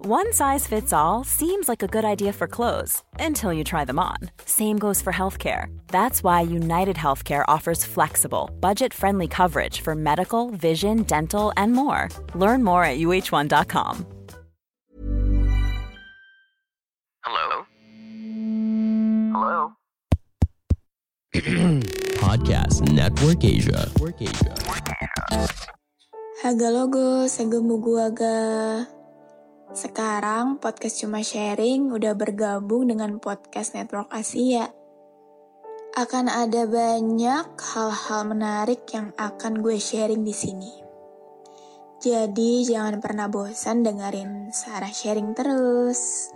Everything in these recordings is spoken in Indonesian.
One size fits all seems like a good idea for clothes until you try them on. Same goes for healthcare. That's why United Healthcare offers flexible, budget-friendly coverage for medical, vision, dental, and more. Learn more at uh1.com. Hello? Hello? Podcast Network Asia. Haga logo, segemu guaga. Sekarang podcast Cuma Sharing udah bergabung dengan podcast Network Asia. Akan ada banyak hal-hal menarik yang akan gue sharing di sini. Jadi jangan pernah bosan dengerin Sarah sharing terus.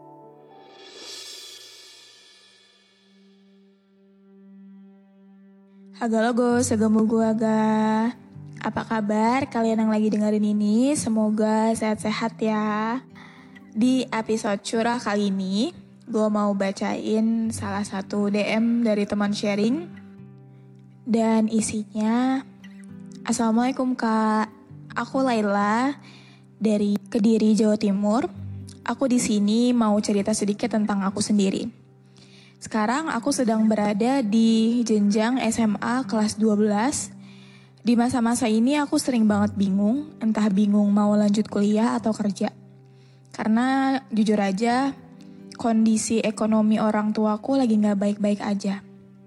Haga logo, segemu guaga. Apa kabar kalian yang lagi dengerin ini? Semoga sehat-sehat ya. Di episode curah kali ini, gue mau bacain salah satu DM dari teman sharing. Dan isinya, Assalamualaikum Kak, aku Laila dari Kediri, Jawa Timur. Aku di sini mau cerita sedikit tentang aku sendiri. Sekarang aku sedang berada di jenjang SMA kelas 12. Di masa-masa ini aku sering banget bingung, entah bingung mau lanjut kuliah atau kerja. Karena jujur aja, kondisi ekonomi orang tuaku lagi gak baik-baik aja.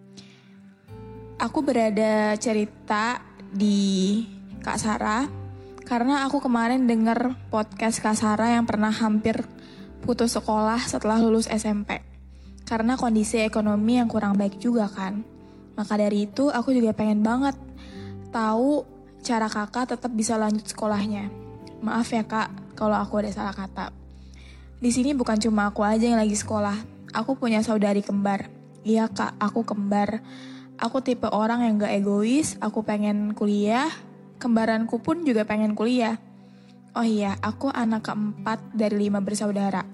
Aku berada cerita di Kak Sarah, karena aku kemarin denger podcast Kak Sarah yang pernah hampir putus sekolah setelah lulus SMP. Karena kondisi ekonomi yang kurang baik juga kan. Maka dari itu aku juga pengen banget tahu cara kakak tetap bisa lanjut sekolahnya. Maaf ya kak, kalau aku ada salah kata. Di sini bukan cuma aku aja yang lagi sekolah. Aku punya saudari kembar. Iya kak, aku kembar. Aku tipe orang yang gak egois. Aku pengen kuliah. Kembaranku pun juga pengen kuliah. Oh iya, aku anak keempat dari 5 bersaudara.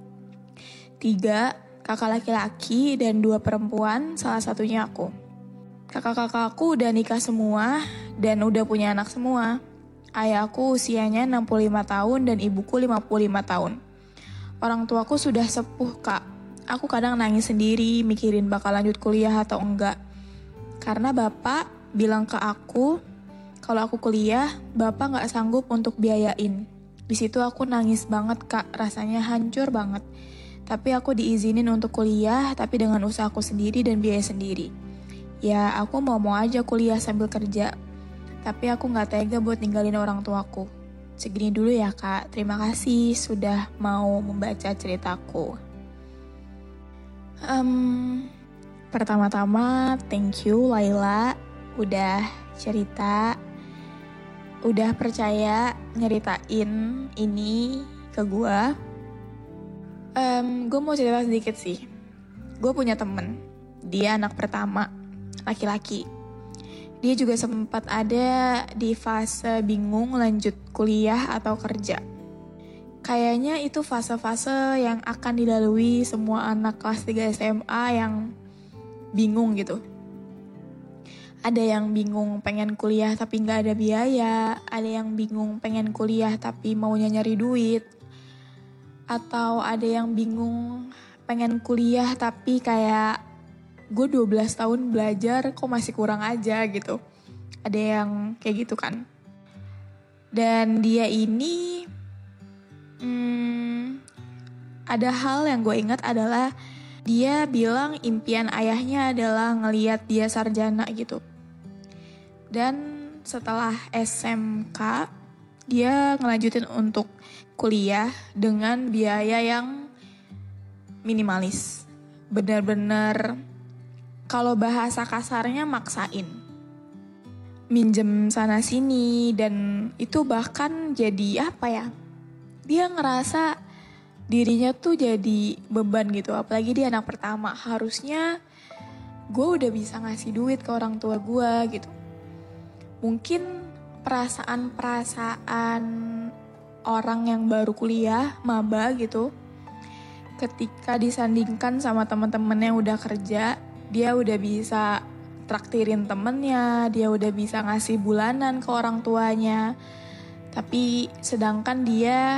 3 kakak laki-laki dan 2 perempuan, salah satunya aku. Kakak-kakakku udah nikah semua dan udah punya anak semua. Ayahku usianya 65 tahun dan ibuku 55 tahun. Orang tuaku sudah sepuh kak. Aku kadang nangis sendiri mikirin bakal lanjut kuliah atau enggak. Karena bapak bilang ke aku, kalau aku kuliah, bapak gak sanggup untuk biayain. Di situ aku nangis banget kak, rasanya hancur banget. Tapi aku diizinin untuk kuliah, tapi dengan usahaku sendiri dan biaya sendiri. Ya, aku mau aja kuliah sambil kerja. Tapi aku gak tega buat ninggalin orang tuaku. Segini dulu ya kak, terima kasih sudah mau membaca ceritaku. Pertama-tama, thank you Laila, udah cerita, udah percaya nyeritain ini ke gue. Gue mau cerita sedikit sih. Gue punya temen, dia anak pertama, laki-laki. Dia juga sempat ada di fase bingung lanjut kuliah atau kerja. Kayaknya itu fase-fase yang akan dilalui semua anak kelas 3 SMA yang bingung gitu. Ada yang bingung pengen kuliah tapi gak ada biaya. Ada yang bingung pengen kuliah tapi maunya nyari duit. Atau ada yang bingung pengen kuliah tapi kayak gue 12 tahun belajar kok masih kurang aja gitu. Ada yang kayak gitu kan. Dan dia ini ada hal yang gue ingat adalah dia bilang impian ayahnya adalah ngelihat dia sarjana gitu. Dan setelah SMK dia ngelanjutin untuk kuliah dengan biaya yang minimalis. Benar-benar kalau bahasa kasarnya maksain. Minjem sana sini dan itu bahkan jadi apa ya? Dia ngerasa dirinya tuh jadi beban gitu. Apalagi dia anak pertama. Harusnya gue udah bisa ngasih duit ke orang tua gue gitu. Mungkin perasaan-perasaan orang yang baru kuliah, maba gitu, ketika disandingkan sama teman-teman yang udah kerja, dia udah bisa traktirin temennya, dia udah bisa ngasih bulanan ke orang tuanya. Tapi sedangkan dia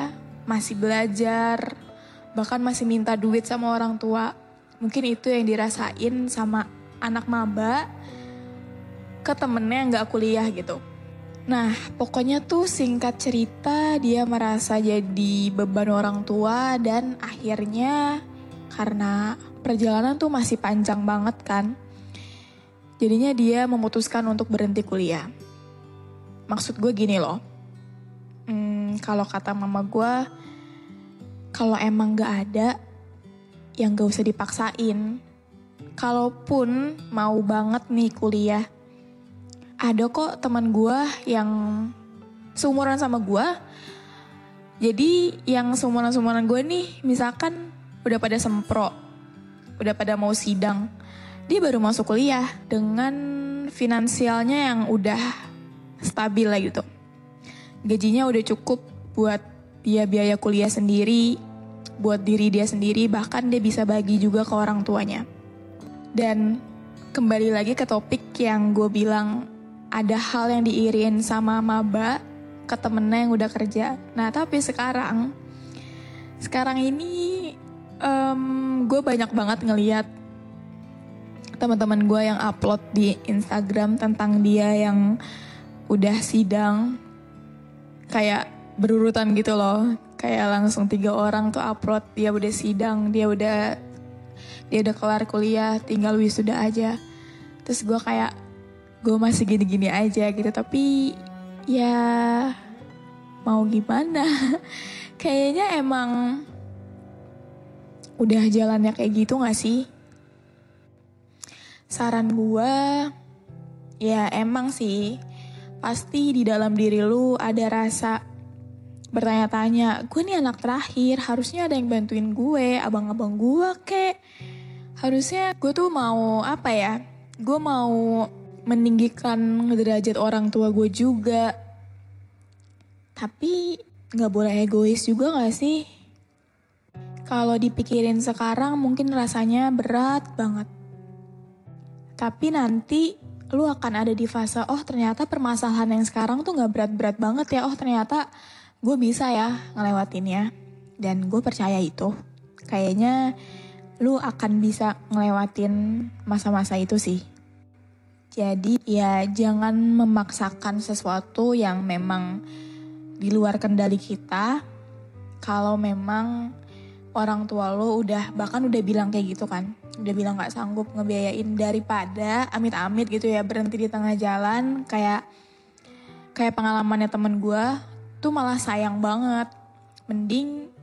masih belajar, bahkan masih minta duit sama orang tua. Mungkin itu yang dirasain sama anak maba ke temennya yang gak kuliah gitu. Nah, pokoknya tuh singkat cerita dia merasa jadi beban orang tua dan akhirnya karena perjalanan tuh masih panjang banget kan. Jadinya dia memutuskan untuk berhenti kuliah. Maksud gue gini loh. Kalau kata mama gue, kalau emang gak ada, yang gak usah dipaksain. Kalaupun mau banget nih kuliah, ada kok teman gue yang seumuran sama gue. Jadi yang seumuran gue nih, misalkan udah pada sempro, udah pada mau sidang, dia baru masuk kuliah dengan finansialnya yang udah stabil lah gitu. Gajinya udah cukup buat dia biaya kuliah sendiri, buat diri dia sendiri, bahkan dia bisa bagi juga ke orang tuanya. Dan kembali lagi ke topik yang gue bilang, ada hal yang diiriin sama maba ke temennya yang udah kerja. Nah tapi sekarang ini gue banyak banget ngeliat teman-teman gue yang upload di Instagram tentang dia yang udah sidang, kayak berurutan gitu loh. Kayak langsung 3 orang tuh upload dia udah sidang, dia udah kelar kuliah, tinggal wisuda aja. Terus gue kayak, gue masih gini-gini aja gitu. Tapi ya mau gimana. Kayaknya emang udah jalannya kayak gitu gak sih? Saran gue, ya emang sih, pasti di dalam diri lu ada rasa bertanya-tanya, gue nih anak terakhir, harusnya ada yang bantuin gue, abang-abang gue kek. Harusnya gue tuh mau apa ya, gue mau meninggikan derajat orang tua gue juga. Tapi gak boleh egois juga gak sih? Kalau dipikirin sekarang mungkin rasanya berat banget. Tapi nanti lu akan ada di fase, oh ternyata permasalahan yang sekarang tuh gak berat-berat banget ya. Oh ternyata gue bisa ya ngelewatinnya. Dan gue percaya itu. Kayaknya lu akan bisa ngelewatin masa-masa itu sih. Jadi ya jangan memaksakan sesuatu yang memang di luar kendali kita. Kalau memang orang tua lu bahkan udah bilang kayak gitu kan. Udah bilang gak sanggup ngebiayain, daripada amit-amit gitu ya berhenti di tengah jalan. Kayak pengalamannya temen gue tuh malah sayang banget. Mending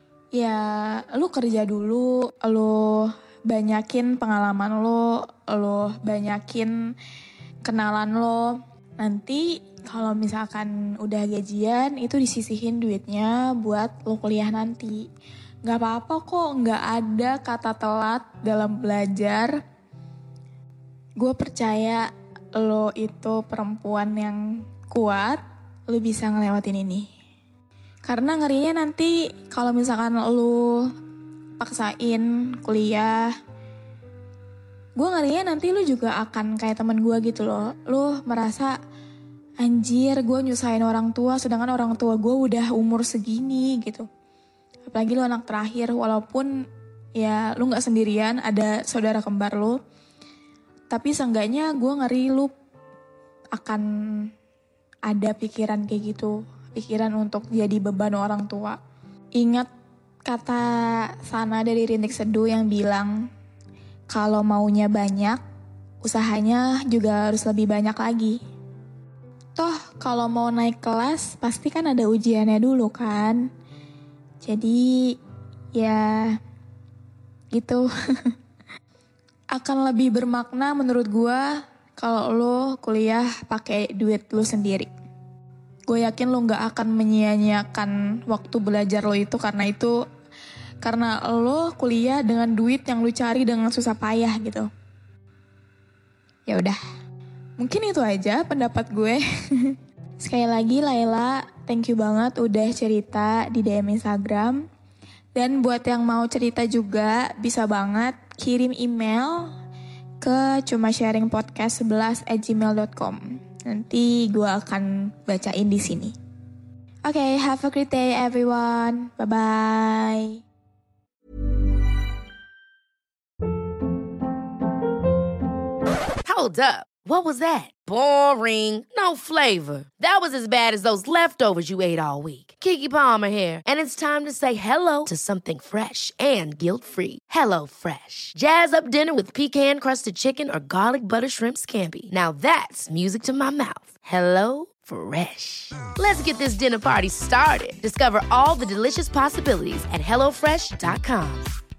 ya lu kerja dulu, lu banyakin pengalaman lo banyakin kenalan lo. Nanti kalau misalkan udah gajian itu disisihin duitnya buat lo kuliah nanti. Gak apa-apa kok, gak ada kata telat dalam belajar. Gue percaya lo itu perempuan yang kuat, lo bisa ngelewatin ini. Karena ngerinya nanti kalau misalkan lo paksain kuliah, gue ngerinya nanti lo juga akan kayak temen gue gitu loh. Lo merasa, anjir gue nyusahin orang tua, sedangkan orang tua gue udah umur segini gitu. Apalagi lu anak terakhir, walaupun ya lu gak sendirian, ada saudara kembar lu. Tapi seenggaknya gue ngeri lu akan ada pikiran kayak gitu. Pikiran untuk jadi beban orang tua. Ingat kata Sana dari Rintik Seduh yang bilang, kalau maunya banyak, usahanya juga harus lebih banyak lagi. Toh kalau mau naik kelas, pasti kan ada ujiannya dulu kan. Jadi ya gitu. Akan lebih bermakna menurut gue kalau lo kuliah pakai duit lo sendiri. Gue yakin lo gak akan menyia-nyiakan waktu belajar lo itu karena lo kuliah dengan duit yang lo cari dengan susah payah gitu. Ya udah, mungkin itu aja pendapat gue. Sekali lagi Laila, thank you banget udah cerita di DM Instagram. Dan buat yang mau cerita juga bisa banget kirim email ke cumasharingpodcast11@gmail.com. Nanti gue akan bacain di sini. Okay, have a great day everyone. Bye-bye. Hold up. What was that? Boring. No flavor. That was as bad as those leftovers you ate all week. Keke Palmer here, and it's time to say hello to something fresh and guilt-free. Hello Fresh. Jazz up dinner with pecan-crusted chicken or garlic butter shrimp scampi. Now that's music to my mouth. Hello Fresh. Let's get this dinner party started. Discover all the delicious possibilities at hellofresh.com.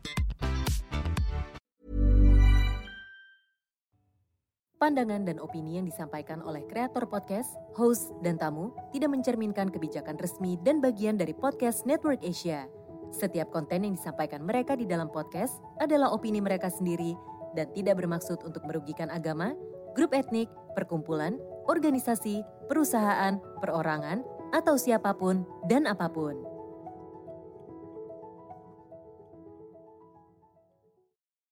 Pandangan dan opini yang disampaikan oleh kreator podcast, host, dan tamu tidak mencerminkan kebijakan resmi dan bagian dari podcast Network Asia. Setiap konten yang disampaikan mereka di dalam podcast adalah opini mereka sendiri dan tidak bermaksud untuk merugikan agama, grup etnik, perkumpulan, organisasi, perusahaan, perorangan, atau siapapun dan apapun.